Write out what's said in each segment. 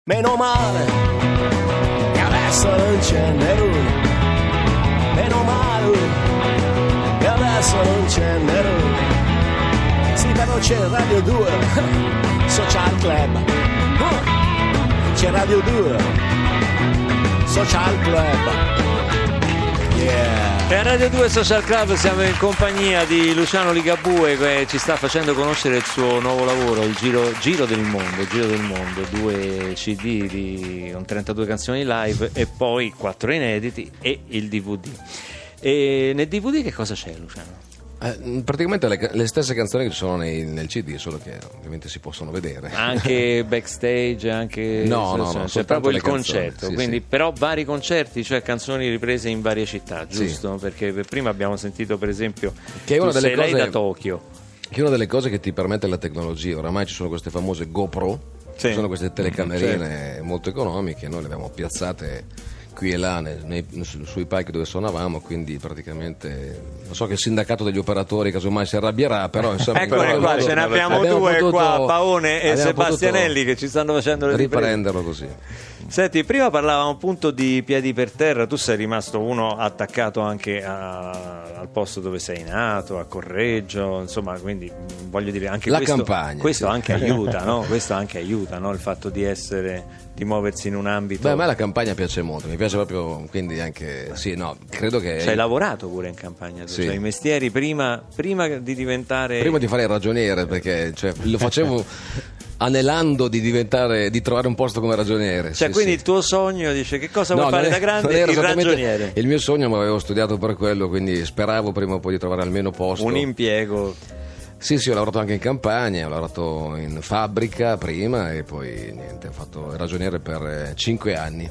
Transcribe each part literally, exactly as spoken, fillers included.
Meno male che adesso non c'è Nerone, meno male che adesso non c'è Nerone. Sì, però c'è Radio due, Social Club. Oh, c'è Radio due, Social Club. Yeah. E a Radio due Social Club siamo in compagnia di Luciano Ligabue, che ci sta facendo conoscere il suo nuovo lavoro, il Giro, Giro del Mondo, Giro del Mondo, due C D di, con trentadue canzoni live e poi quattro inediti e il D V D. E nel D V D che cosa c'è, Luciano? Eh, praticamente le, le stesse canzoni che ci sono nei, nel C D, solo che ovviamente si possono vedere. Anche backstage, anche no, no, no, c'è proprio il canzoni, concerto, sì, quindi sì. Però vari concerti, cioè canzoni riprese in varie città, giusto? Sì. Perché prima abbiamo sentito per esempio che è una tu delle sei cose, lei da Tokyo. Che è una delle cose che ti permette la tecnologia. Oramai ci sono queste famose GoPro, sì. Ci sono queste telecamerine certo. molto economiche, noi le abbiamo piazzate qui e là nei, nei, sui palchi dove suonavamo, quindi praticamente non so che il sindacato degli operatori casomai si arrabbierà, però insomma eccole qua, ce ne abbiamo, abbiamo due potuto, qua, Paone e Sebastianelli, che ci stanno facendo le riprenderlo così. Senti, prima parlavamo appunto di piedi per terra, tu sei rimasto uno attaccato anche a, al posto dove sei nato, a Correggio, insomma, quindi voglio dire anche la questo, campagna, questo sì. anche aiuta, no? Questo anche aiuta, no? Il fatto di essere, di muoversi in un ambito. Beh, a me la campagna piace molto, mi piace proprio, quindi anche sì, no, credo che ci hai lavorato pure in campagna, tu, sì. Cioè i mestieri prima, prima di diventare prima di fare il ragioniere, perché cioè, lo facevo anelando di diventare, di trovare un posto come ragioniere. Cioè, sì, quindi sì. il tuo sogno, dice, che cosa no, vuoi fare è, da grande? Il ragioniere. Il mio sogno, ma avevo studiato per quello, quindi speravo prima o poi di trovare almeno posto. Un impiego. Sì, sì, ho lavorato anche in campagna, ho lavorato in fabbrica prima e poi niente, ho fatto il ragioniere per eh, cinque anni.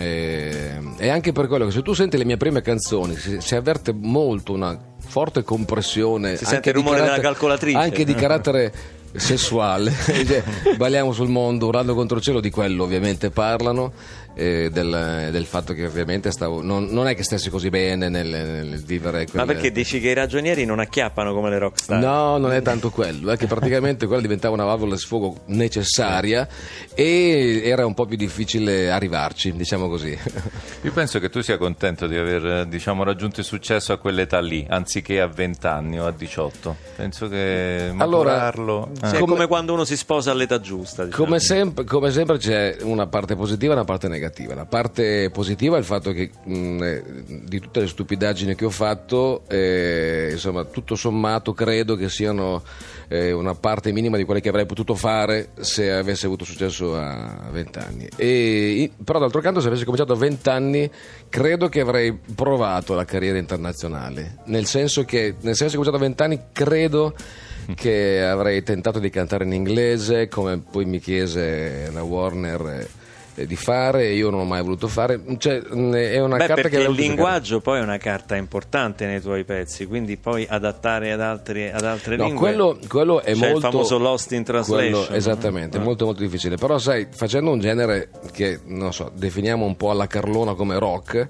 E, e anche per quello che se tu senti le mie prime canzoni si, si avverte molto una forte compressione. Si sente il rumore della calcolatrice. Anche di carattere sessuale. Cioè, balliamo sul mondo, urlando contro il cielo, di quello ovviamente parlano, eh, del, del fatto che ovviamente stavo, non, non è che stessi così bene nel, nel vivere quelle... Ma perché dici che i ragionieri non acchiappano come le rockstar? No, non è tanto quello, è che praticamente quella diventava una valvola di sfogo necessaria e era un po' più difficile arrivarci, diciamo così. Io penso che tu sia contento di aver, diciamo, raggiunto il successo a quell'età lì, anziché a venti anni o a diciotto. Penso che maturarlo... Allora, sì, è come quando uno si sposa all'età giusta, diciamo. come, sempre, come sempre c'è una parte positiva e una parte negativa. La parte positiva è il fatto che mh, di tutte le stupidaggini che ho fatto, eh, insomma, tutto sommato credo che siano eh, una parte minima di quelle che avrei potuto fare se avessi avuto successo a venti anni. E, però d'altro canto, se avessi cominciato a venti anni, credo che avrei provato la carriera internazionale, nel senso che nel senso che ho cominciato a venti anni credo che avrei tentato di cantare in inglese, come poi mi chiese la Warner eh, di fare, e io non ho mai voluto fare. Cioè, è una Beh, carta perché che il linguaggio giocare. Poi è una carta importante nei tuoi pezzi, quindi poi adattare ad altre, ad altre no, lingue. Quello, quello è c'è molto, il famoso Lost in Translation. Quello, esattamente, no? è molto molto difficile. Però sai, facendo un genere che non so, definiamo un po' alla Carlona come rock,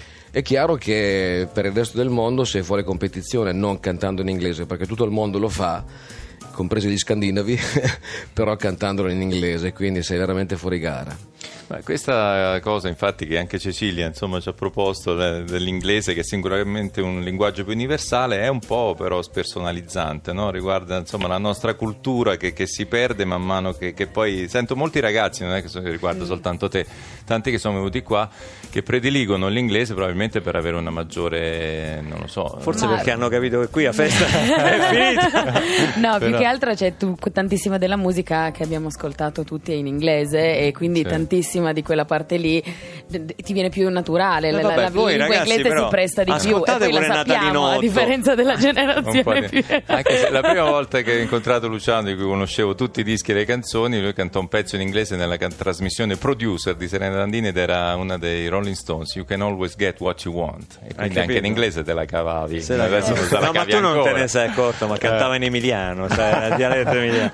è chiaro che per il resto del mondo sei fuori competizione non cantando in inglese, perché tutto il mondo lo fa, compresi gli scandinavi, però cantandolo in inglese, quindi sei veramente fuori gara. Beh, questa cosa infatti che anche Cecilia insomma ci ha proposto le, dell'inglese, che è sicuramente un linguaggio più universale, è un po' però spersonalizzante, no? Riguarda insomma la nostra cultura che, che si perde man mano che, che poi sento molti ragazzi, non è che riguarda mm. soltanto te, tanti che sono venuti qua che prediligono l'inglese probabilmente per avere una maggiore, non lo so, forse Ma... perché hanno capito che qui a festa è finita. No, però... più che altro c'è tu, tantissima della musica che abbiamo ascoltato tutti è in inglese, e quindi sì. tantissima di quella parte lì ti viene più naturale, no, la, vabbè, la voi, lingua ragazzi, inglese però, si presta di più, e poi la sappiamo, a differenza della generazione più... Anche se la prima volta che ho incontrato Luciano, di cui conoscevo tutti i dischi e le canzoni, lui cantò un pezzo in inglese nella can- trasmissione Producer di Serena Landini, ed era una dei Rolling Stones, You Can Always Get What You Want, e quindi anche in inglese te la cavavi. La adesso no, la ma tu non ancora. te ne sei accorto, ma cantava in emiliano, cioè dialetto emiliano.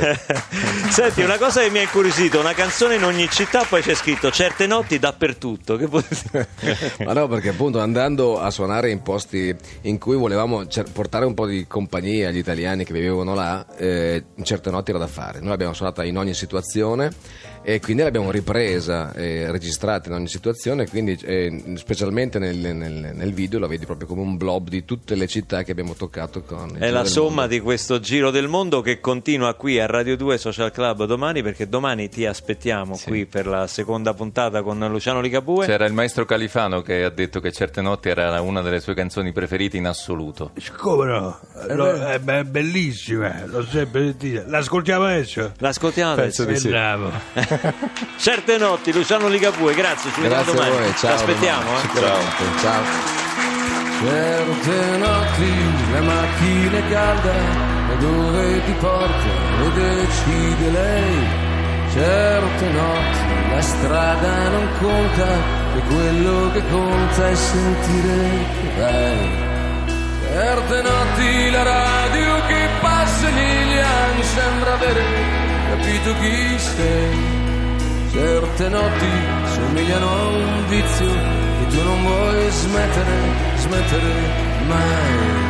Senti, una cosa che mi ha incuriosito, una canzone in ogni città, poi c'è scritto certe notti dappertutto. Che vuol dire? Ma no, perché appunto andando a suonare in posti in cui volevamo cer- portare un po' di compagnia agli italiani che vivevano là, eh, certe notti era da fare. Noi l'abbiamo suonata in ogni situazione, e quindi l'abbiamo ripresa e registrata in ogni situazione, quindi eh, specialmente nel, nel, nel video la vedi proprio come un blob di tutte le città che abbiamo toccato con il è la somma mondo. di questo giro del mondo che continua qui a Radio due Social Club domani, perché domani ti aspettiamo sì. qui per la seconda puntata con Luciano Ligabue. C'era il maestro Califano che ha detto che Certe notti era una delle sue canzoni preferite in assoluto. Come no? Lo, è, è bellissima, l'ho sempre sentita. L'ascoltiamo adesso? L'ascoltiamo adesso. Penso di sì. Bravo. Certe notti, Luciano Ligabue, grazie, ci vediamo Grazie a domani. voi, ciao. Ti aspettiamo, domani, eh. sicuramente. Ciao. Certe notti la macchina è calda e dove ti porta lo decide lei. Certe notti la strada non conta e quello che conta è sentire che vai. Certe notti la radio che passa negli anni sembra avere capito chi sei. Certe notti somigliano a un vizio che tu non vuoi smettere, smettere mai.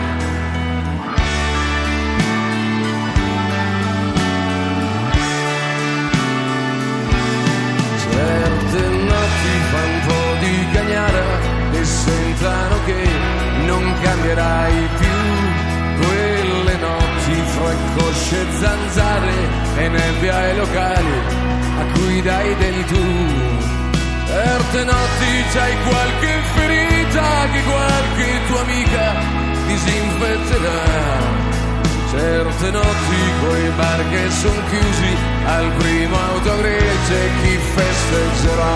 Certe notti fa un po' di cagnara e sentono che non cambierai più. Quelle notti fra cosce e zanzare e nebbia ai locali a cui dai del tu. Certe notti c'hai qualche ferita che qualche tua amica disinfetterà. Certe notti coi bar che son chiusi al primo autogrill c'è chi festeggerà.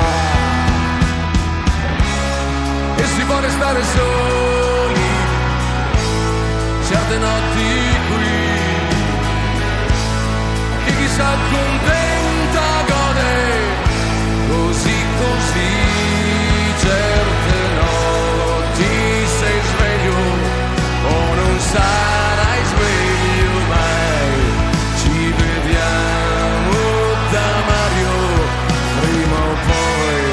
E si può restare soli certe notti qui, che chi s'accontenta gode così così. Certe notti sei sveglio o non sarai sveglio mai. Ci vediamo da Mario prima o poi.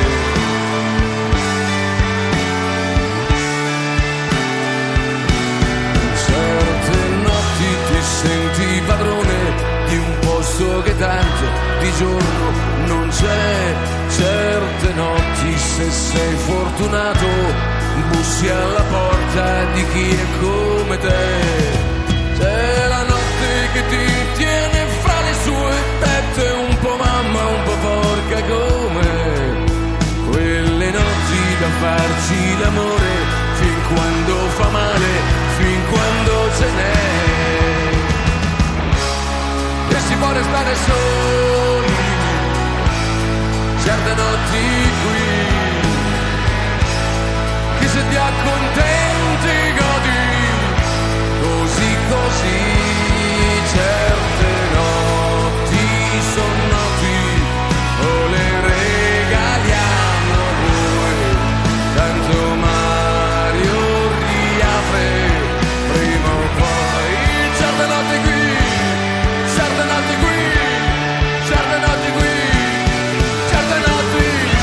Certe notti ti senti padrone di un posto che tanto di giorno non c'è. Certe notti se sei fortunato bussi alla porta di chi è come te. C'è la notte che ti tiene fra le sue tette, un po' mamma, un po' porca come quelle notti da farci l'amore fin quando fa male, fin quando ce n'è. E si può restare soli certe notti qui, che se ti accontenti godi così così. Certe notti son notti o le regaliamo a voi, tanto Mario riapre prima o poi. Certe notti qui, certe notti qui, certe notti qui, certe notti.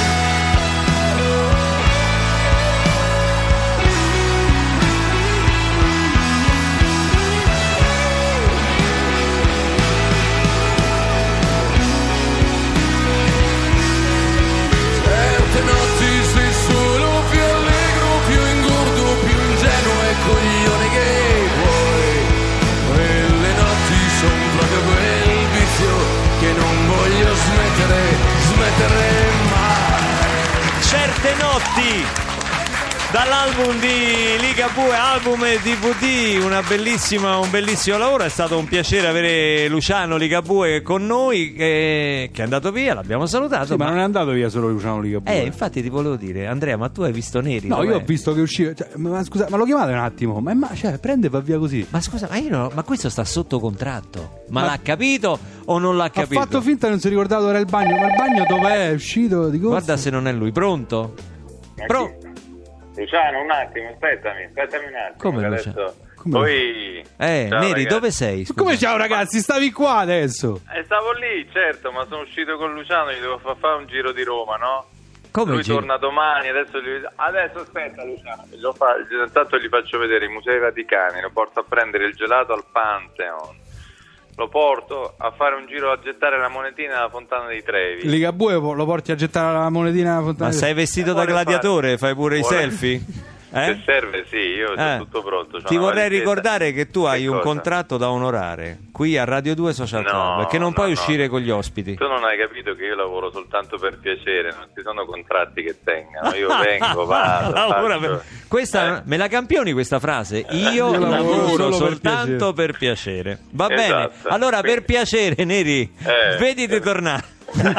Certe notti sei solo più allegro, più ingordo, più ingenuo e coglione che vuoi. Quelle notti son proprio quel vizio che non voglio smettere, smettere mai. Certe notti dall'album di Ligabue, album e D V D, una bellissima, un bellissimo lavoro. È stato un piacere avere Luciano Ligabue con noi, che, che è andato via, l'abbiamo salutato. Sì, ma non è andato via solo Luciano Ligabue. Eh, infatti ti volevo dire, Andrea, ma tu hai visto Neri? No, dov'è? io ho visto che usciva. Cioè, ma scusa, ma lo chiamate un attimo? Ma, ma cioè, prende e va via così. Ma scusa, ma io no, ma questo sta sotto contratto. Ma, Ma- l'ha capito o non l'ha capito? Ha fatto finta che non si ricordava dove era il bagno. Ma il bagno dov'è? È uscito di corsa? Guarda se non è lui, pronto? Pro- Luciano, un attimo, aspettami, aspettami un attimo. Come che Luciano? adesso... Come? Poi... Eh, Ciao, Neri, ragazzi. dove sei? Scusa. Come ciao ragazzi, stavi qua adesso? Eh, stavo lì, certo, ma sono uscito con Luciano, gli devo far fare un giro di Roma, no? Come Lui giro? torna domani, adesso gli... Adesso aspetta Luciano, lo fa... intanto gli faccio vedere i Musei Vaticani, lo porto a prendere il gelato al Pantheon. lo porto a fare un giro a gettare la monetina alla Fontana dei Trevi. Ligabue lo porti a gettare la monetina alla Fontana Ma dei sei vestito Eh, da vuole gladiatore? fare- Fai pure vuole- i selfie? Se Eh? serve, sì, io Eh. sono tutto pronto. c'ho Ti una vorrei valigetta. ricordare che tu Che hai un cosa? contratto da onorare qui a Radio due Social No, Club e che non no, puoi no. uscire con gli ospiti. Tu non hai capito che io lavoro soltanto per piacere, non ci sono contratti che tengano. Io vengo, vado, Lavora faccio- per- Questa, Eh. me la campioni questa frase? Io, Io lavoro lavoro solo per soltanto per piacere. Va bene, Esatto. allora per Quindi- piacere, Neri, Eh. vedi di tornare.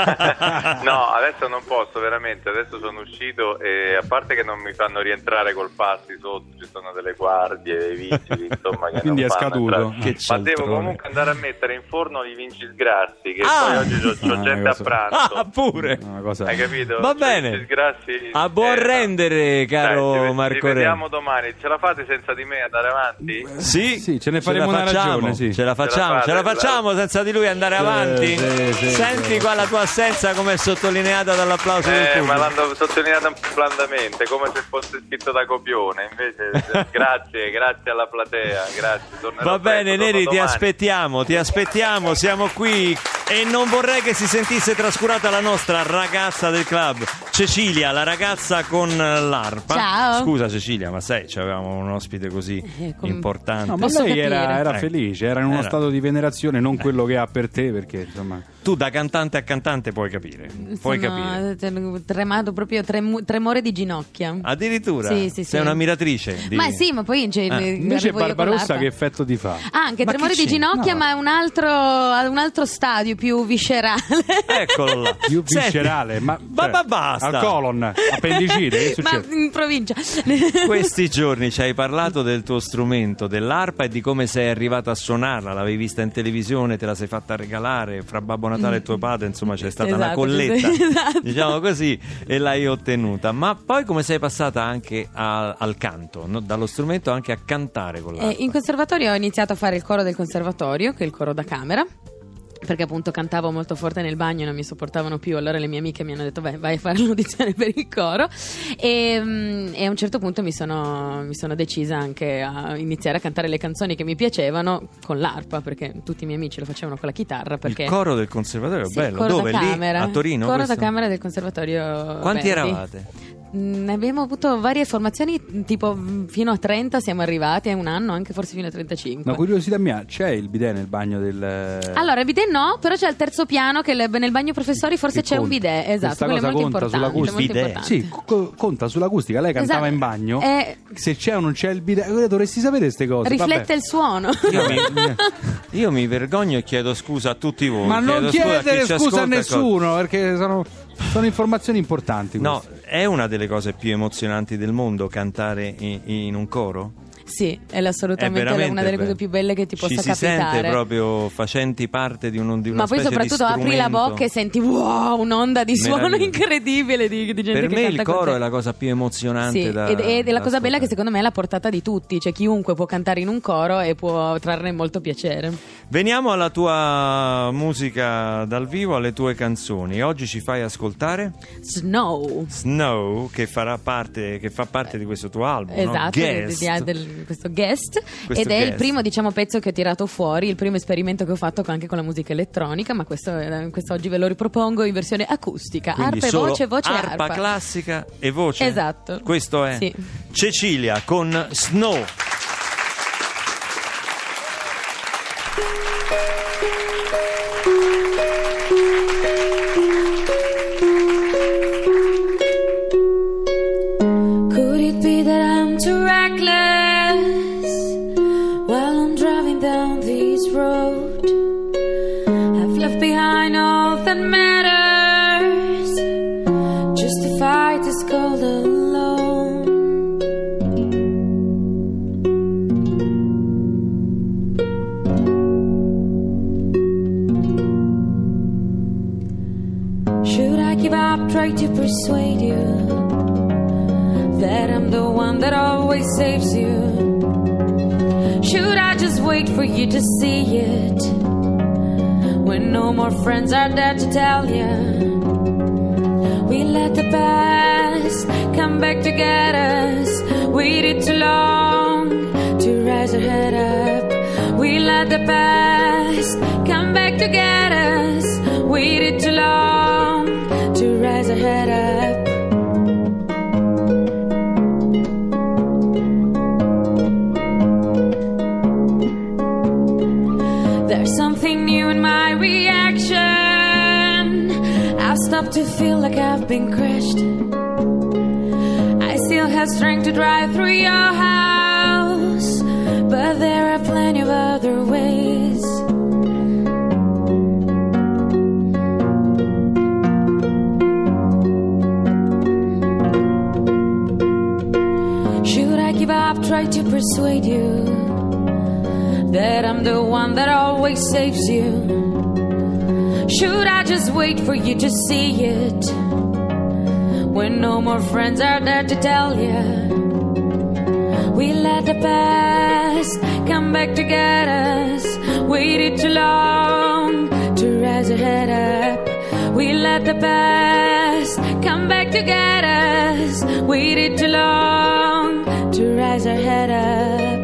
No, adesso non posso, veramente, adesso sono uscito e a parte che non mi fanno rientrare col passi sotto, ci sono delle guardie, dei vigili, insomma, che Quindi non è fanno scaduto. entrare. Che Ma devo cialtrone. comunque andare a mettere in forno i vincisgrassi, che Ah! poi oggi c'ho, c'ho Ah, gente a cosa- pranzo. Ah, pure. Una cosa... Hai capito? Va C'ho i bene. vincisgrassi- A buon eh, no. rendere, caro Dai, ci, Marco ci Re. vediamo domani, ce la fate senza di me andare avanti? Sì, Sì, ce ne faremo la una facciamo, ragione, sì. Ce la facciamo, ce la fate, facciamo senza di lui andare avanti. sì, sì, Senti sì. qua la tua assenza come è sottolineata dall'applauso del Eh, pubblico. ma l'hanno sottolineato blandamente, come se fosse scritto da copione. Invece, grazie, grazie alla platea, grazie. Tornerò Va bene, presto, Neri, ti domani. aspettiamo, ti aspettiamo, siamo qui e non vorrei che si sentisse trascurata la nostra ragazza del club, Cecilia, la ragazza con l'arpa. Ciao. Scusa Cecilia, ma sai, avevamo un ospite così Eh, com- importante. No, ma Posso lei era, capire. era Eh. felice, era in uno Era- stato di venerazione, non quello che ha per te, perché insomma... Tu da cantante a cantante puoi capire, puoi capire. Sono tremato proprio, tremu- tremore di ginocchia. Addirittura Sì, sì, sei sì. un'ammiratrice di... Ma sì, ma poi cioè, Ah. Invece arrivo io con Barbarossa l'arpa. che effetto ti fa? Ah, anche Ma tremore che di c'è? ginocchia, No. ma è un altro, un altro stadio più viscerale. Eccolo là. Più Senti, viscerale, ma, ma- cioè, ma basta. al colon, appendicite, che Ma succede? in provincia. Questi giorni ci hai parlato del tuo strumento, dell'arpa e di come sei arrivata a suonarla, l'avevi vista in televisione, te la sei fatta regalare fra Babbo Natale e tuo padre, insomma c'è stata una Esatto, colletta, sì, esatto. diciamo così, e l'hai ottenuta. Ma poi come sei passata anche a- al canto, no? Dallo strumento anche a cantare con l'arpa? Eh, in conservatorio ho iniziato a fare il coro del conservatorio, che è il coro da camera. Perché appunto cantavo molto forte nel bagno e non mi sopportavano più, allora le mie amiche mi hanno detto vai, vai a fare l'audizione per il coro e, mm, e a un certo punto mi sono, mi sono decisa anche a iniziare a cantare le canzoni che mi piacevano con l'arpa, perché tutti i miei amici lo facevano con la chitarra. Perché... Il coro del conservatorio, Sì, bello, coro dove? da Lì camera. a Torino? Coro questo? da camera del conservatorio Quanti Verdi. eravate? Mm, abbiamo avuto varie formazioni, tipo mm, fino a trenta siamo arrivati, a un anno anche forse fino a trentacinque. Una curiosità mia, c'è il bidet nel bagno del... Allora, il bidet no, però c'è il terzo piano che le- nel bagno professori forse Che c'è un conta. bidet, esatto, Questa quello è cosa molto conta importante, sull'acustica. molto Bidet. importante. Sì, co- conta sull'acustica. Lei cantava Esatto. in bagno. Eh, Se c'è o non c'è il bidet, eh, dovresti sapere queste cose. riflette Vabbè. il suono. Io mi, io mi vergogno e chiedo scusa a tutti voi. Ma non Chiedo scusa a chi chiedere ci scusa a ascolta e nessuno, perché sono, sono informazioni importanti. No, queste. è una delle cose più emozionanti del mondo cantare in, in un coro? Sì, è È assolutamente veramente una delle bello. cose più belle che ti possa Ci si capitare. sente proprio facenti parte di, un, di una Ma poi specie soprattutto di apri la strumento. bocca e senti wow, un'onda di suono Meraviglioso. incredibile di, di gente Per che me canta il con coro te. è la cosa più emozionante Sì, da ed, ed è la da cosa bella che ascoltare. secondo me è alla portata di tutti, cioè chiunque può cantare in un coro e può trarne molto piacere. Veniamo alla tua musica dal vivo, alle tue canzoni. Oggi ci fai ascoltare Snow. Snow, che farà parte, che fa parte di questo tuo album, no? Esatto, Guest. di- di- del- questo guest Questo ed è guest. il primo diciamo pezzo che ho tirato fuori, il primo esperimento che ho fatto anche con la musica elettronica, ma questo, eh, quest'oggi ve lo ripropongo in versione acustica, Quindi arpa e solo voce, voce e arpa arpa. classica e voce. Esatto. Questo è Sì. Cecilia con Snow. Could it be that I'm too reckless while I'm driving down this road? I've left behind all that matters just to fight this cold alone. Should I give up, try to persuade you that I'm the one that always saves you? Should I just wait for you to see it when no more friends are there to tell you? We let the past come back to get us. Waited too long to rise our head up. We let the past come back to get us. Waited too long to rise our head up. There's something new in my reaction. I've stopped to feel like I've been crushed. I still have strength to drive through your house, but there are plenty of other ways. Should I give up, try to persuade you that I'm the one that always saves you? Should I just wait for you to see it when no more friends are there to tell you? We let the past come back to get us. Waited too long to rise our head up. We let the past come back to get us. Waited too long to rise our head up.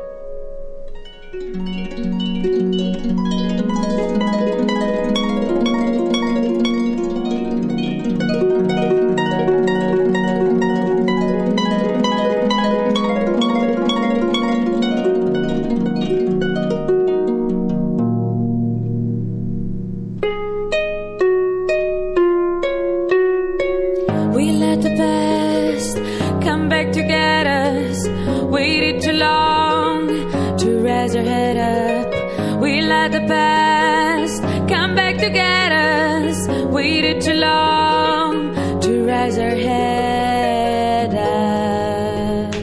We let the past come back to get us. Waited too long to rise our head up. We let the past come back to get us. Waited too long to rise our head up.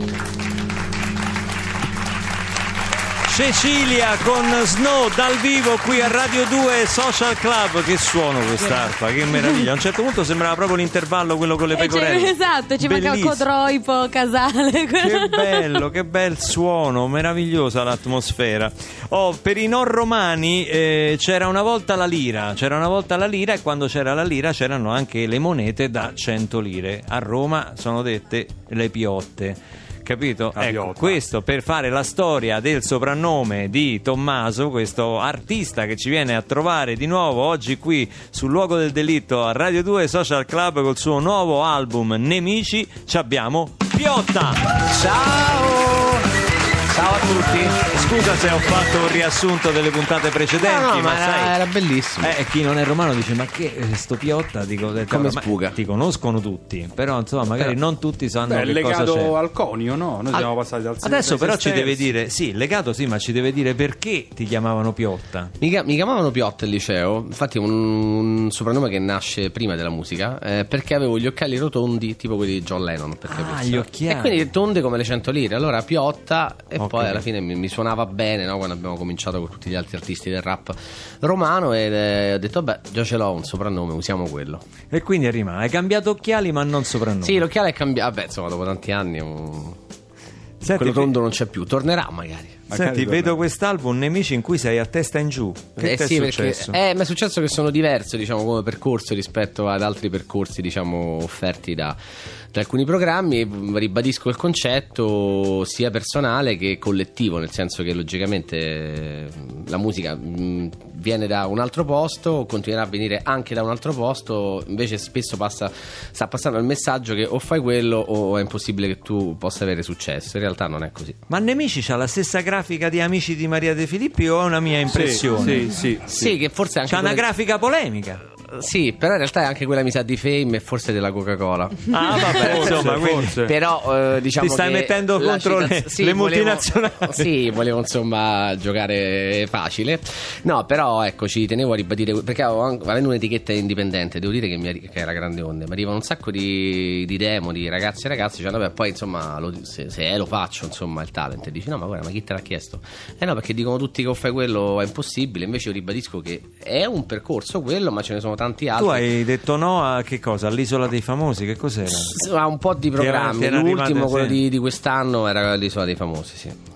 Cecilia con Snow dal vivo qui a Radio due Social Club. Che suono quest'arpa, che meraviglia. A un certo punto sembrava proprio l'intervallo, quello con le pecorelle. Cioè, esatto, ci mancava Codroipo, Casale. Che bello, che bel suono, meravigliosa l'atmosfera. Oh, per i non romani eh, c'era una volta la lira, c'era una volta la lira e quando c'era la lira c'erano anche le monete da cento lire. A Roma sono dette le piotte. Capito? Ecco, questo per fare la storia del soprannome di Tommaso, questo artista che ci viene a trovare di nuovo oggi qui sul luogo del delitto a Radio due Social Club col suo nuovo album Nemici. Ci abbiamo Piotta. Ciao! Ciao a tutti. Scusa se ho fatto un riassunto delle puntate precedenti, no, no, ma, ma sai, era, era bellissimo. Eh, chi non è romano dice ma che eh, sto Piotta, dico, come ma, spuga. Ti conoscono tutti, però insomma magari Però, non tutti sanno beh, che cosa c'è. È legato al conio, no? Noi Al- siamo passati dal Adesso però ci Sesterzi. deve dire, sì, legato sì, ma ci deve dire perché ti chiamavano Piotta. Mi, chia- mi chiamavano Piotta al liceo, infatti è un, un soprannome che nasce prima della musica, eh, perché avevo gli occhiali rotondi tipo quelli di John Lennon, per Ah, capirci. gli occhiali. E quindi tonde come le cento lire, allora Piotta e Ok. poi alla fine mi, mi suonava bene, no? Quando abbiamo cominciato con tutti gli altri artisti del rap romano e eh, ho detto vabbè, già ce l'ho un soprannome, usiamo quello. E quindi è rimasto, hai cambiato occhiali ma non soprannome. Sì, l'occhiale è cambiato, vabbè insomma dopo tanti anni um, Senti, quello tondo non c'è più, tornerà magari. Senti, vedo quest'album Nemici in cui sei a testa in giù. Che Eh ti è sì, successo? perché eh, mi è successo che sono diverso, diciamo, come percorso rispetto ad altri percorsi, diciamo, offerti da, da alcuni programmi. Ribadisco il concetto sia personale che collettivo, nel senso che logicamente eh, la musica mh, viene da un altro posto, continuerà a venire anche da un altro posto, invece spesso passa, sta passando il messaggio che o fai quello o è impossibile che tu possa avere successo. In realtà non è così. Ma Nemici c'ha la stessa grafica di Amici di Maria De Filippi o è una mia impressione? Sì, sì, sì. Sì, che forse anche C'ha una quella- grafica polemica. Sì, però in realtà è anche quella mi sa di Fame e forse della Coca-Cola. Ah, vabbè, Forse, insomma, quindi forse. Però eh, diciamo ti stai che mettendo la contro le, citaz- sì, le volevo- multinazionali. Sì, volevo insomma giocare facile. No, però ecco, ci tenevo a ribadire perché avevo anche- avendo un'etichetta indipendente, devo dire che, mi, arri- che era grande onde. Mi arrivano un sacco di, di demo di ragazzi e ragazzi, cioè vabbè, poi insomma lo- se, se lo faccio, insomma, il talent. E dici no, ma guarda, ma chi te l'ha chiesto? Eh no, perché dicono tutti che o fai quello è impossibile. Invece io ribadisco che è un percorso quello, ma ce ne sono tanti altri. Tu hai detto no a che cosa? All'Isola dei Famosi? Che cos'era? Ha un po' di Ti era- programmi. ti era L'ultimo, arrivate, quello sì. di, di quest'anno, era l'Isola dei Famosi, sì.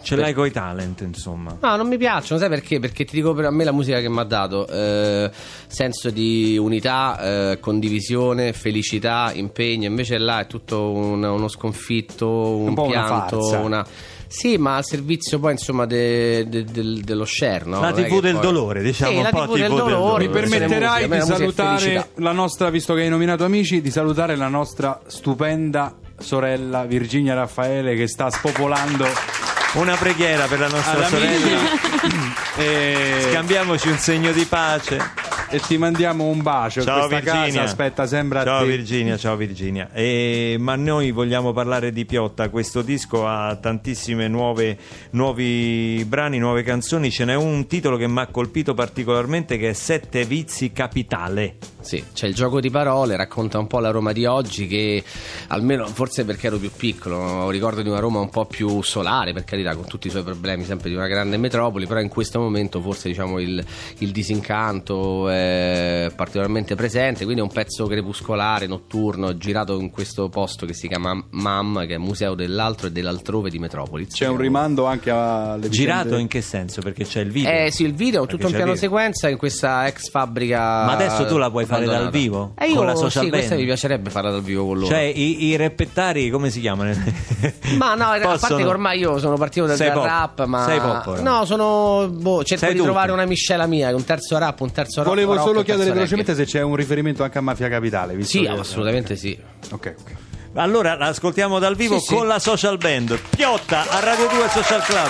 Ce l'hai coi talent, insomma. No, non mi piacciono, sai perché? Perché ti dico, per a me la musica che mi ha dato eh, senso di unità, eh, condivisione, felicità, impegno. Invece là è tutto un, uno sconfitto, un, un po' pianto, una farsa. una... Sì, ma al servizio poi insomma de, de, de, dello share, no? La Non è tivù che del poi- dolore, diciamo Sì, un la po' tivù del tivù del dolore. dolore. Mi permetterai A me di la musica è salutare felicità. la nostra, visto che hai nominato amici, di salutare la nostra stupenda sorella Virginia Raffaele che sta spopolando Una preghiera per la nostra ad amici. sorella. e, Scambiamoci un segno di pace. e ti mandiamo un bacio. Ciao Questa Virginia. casa aspetta sempre a Ciao te. Virginia, ciao Virginia. E, ma noi vogliamo parlare di Piotta. Questo disco ha tantissime nuove nuovi brani, nuove canzoni. Ce n'è un titolo che mi ha colpito particolarmente, che è Sette vizi capitale. Sì, c'è il gioco di parole, racconta un po' la Roma di oggi, che almeno forse perché ero più piccolo, ricordo di una Roma un po' più solare, per carità, con tutti i suoi problemi sempre di una grande metropoli, però in questo momento forse diciamo il, il disincanto è particolarmente presente, quindi è un pezzo crepuscolare, notturno, girato in questo posto che si chiama M A M, che è Museo dell'Altro e dell'Altrove di Metropolis. C'è un rimando anche alle vicende- Girato in che senso? Perché c'è il video. Eh sì, il video, Perché tutto un c'è piano il video. sequenza in questa ex fabbrica. Ma adesso tu la puoi fare dal abbandonata. vivo? Eh io Con la social sì, band? questa mi piacerebbe farla dal vivo con loro. Cioè i, i reppettari come si chiamano? Ma no, a parte Possono- che ormai io sono partito dal, Sei dal pop. rap, ma Sei pop ora. no, sono boh, cerco Sei di tutto. trovare una miscela mia, un terzo rap, un terzo rap. Volevo rock, solo un chiedere terzo velocemente reggae. se c'è un riferimento anche a Mafia Capitale, visto Sì, che- assolutamente sì. Ok, ok. Allora l'ascoltiamo dal vivo Sì, sì. con la social band Piotta a Radio due Social Club.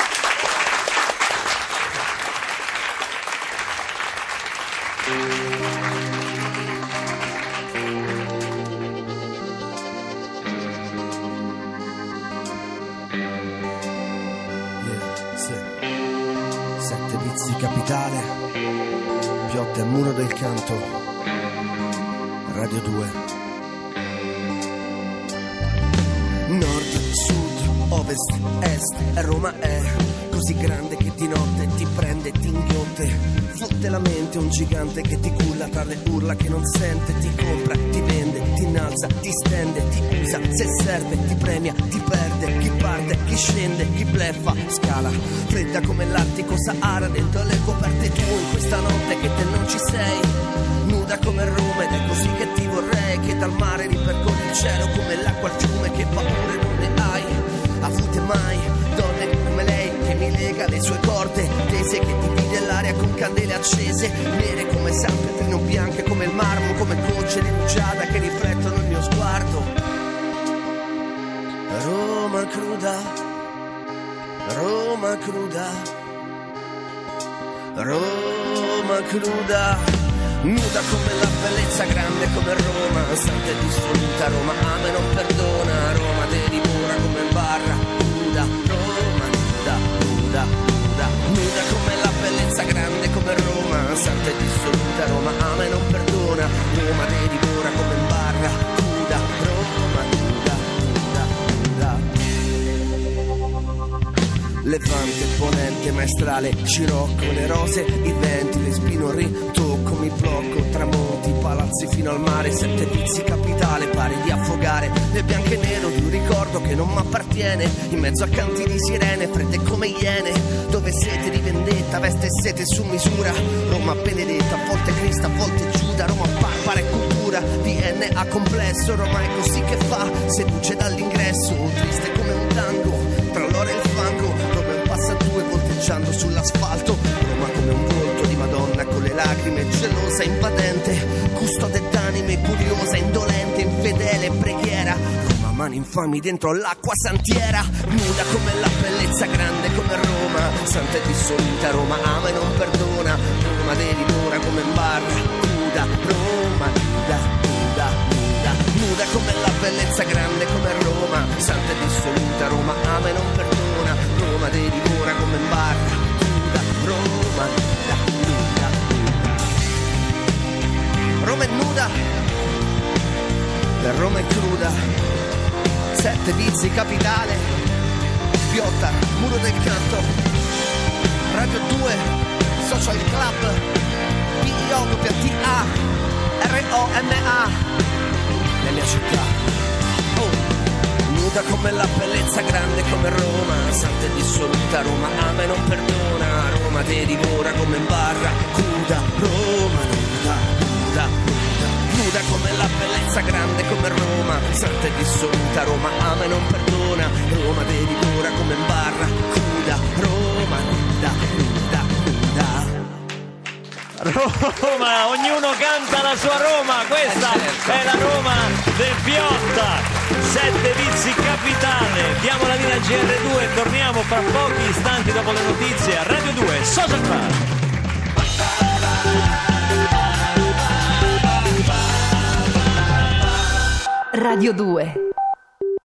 Sette vizi capitale, Piotta e muro del canto, Radio due. Nord, sud, ovest, est, Roma è così grande che di notte ti prende, ti inghiotte. Fotte la mente un gigante che ti culla tra le urla che non sente, ti compra, ti vende, ti innalza, ti stende, ti usa, se serve, ti premia, ti perde, chi parte, chi scende, chi bleffa, scala, fredda come l'Artico Sahara, dentro le coperte tu in questa notte che te non ci sei, nuda come Roma ed è così che ti vorrei, che dal mare ripercorri il cielo come l'acqua al fiume, che paure non ne hai, avute mai, donne come lei che mi lega le sue corde tese, che divide l'aria con candele accese, nere come San Pietrino, bianche come il marmo, come gocce di rugiada che riflettono il mio sguardo. Roma cruda, Roma cruda, Roma cruda, nuda come la bellezza, grande come Roma, santa e dissoluta, Roma ama e non perdona, Roma te dimora come in barra, nuda, Roma nuda, nuda, nuda, nuda come la bellezza, grande come Roma, santa e dissoluta, Roma ama e non perdona, Roma te dimora come in barra, nuda, Roma nuda, nuda, nuda. Levante, ponente, maestrale, Scirocco, le rose, i venti, le spinori, tocco, mi blocco, tramonti, palazzi fino al mare, sette vizi capitale, pari di affogare, nel bianco e nero di un ricordo che non m'appartiene, in mezzo a canti di sirene, fredde come iene, dove sete di vendetta, veste e sete su misura, Roma benedetta, a volte Cristo, a volte Giuda, Roma barbara e cultura, D N A complesso, Roma è così che fa, seduce dall'ingresso, triste come un tango, tra l'ora e il fango, Roma è un passatue volteggiando sull'asfalto, Roma come un volto di Madonna con le lacrime, gelosa, invadente, custode d'anime, curiosa, indolente, infedele, preghiera, Roma mani infami dentro l'acqua santiera, nuda come la bellezza, grande come Roma, santa e dissoluta, Roma ama e non perdona, Roma delibora come in barra, nuda, Roma nuda, nuda, nuda, nuda come la bellezza, grande come Roma, santa e dissoluta, Roma ama e non perdona, Roma delibora come in barra, nuda, Roma nuda, nuda, nuda. Roma è nuda, e Roma è cruda, sette vizi capitale, Piotta, muro del canto, Radio due, Social Club, P I O T A, R O M A, la mia città, oh, nuda. nuda come la bellezza, grande come Roma, santa e dissoluta, Roma ama e non perdona, Roma ti divora come in barra, cruda, Roma nuda, nuda, nuda, nuda come la bellezza, grande come Roma, santa e dissoluta, Roma ama e non perdona, Roma ti divora come in barra, cruda, Roma nuda, nuda, nuda. Roma, ognuno canta la sua Roma, questa è la Roma del Piotta. Sette vizi capitale. Diamo la linea a G R due e torniamo fra pochi istanti dopo le notizie a Radio due Social Club. Radio due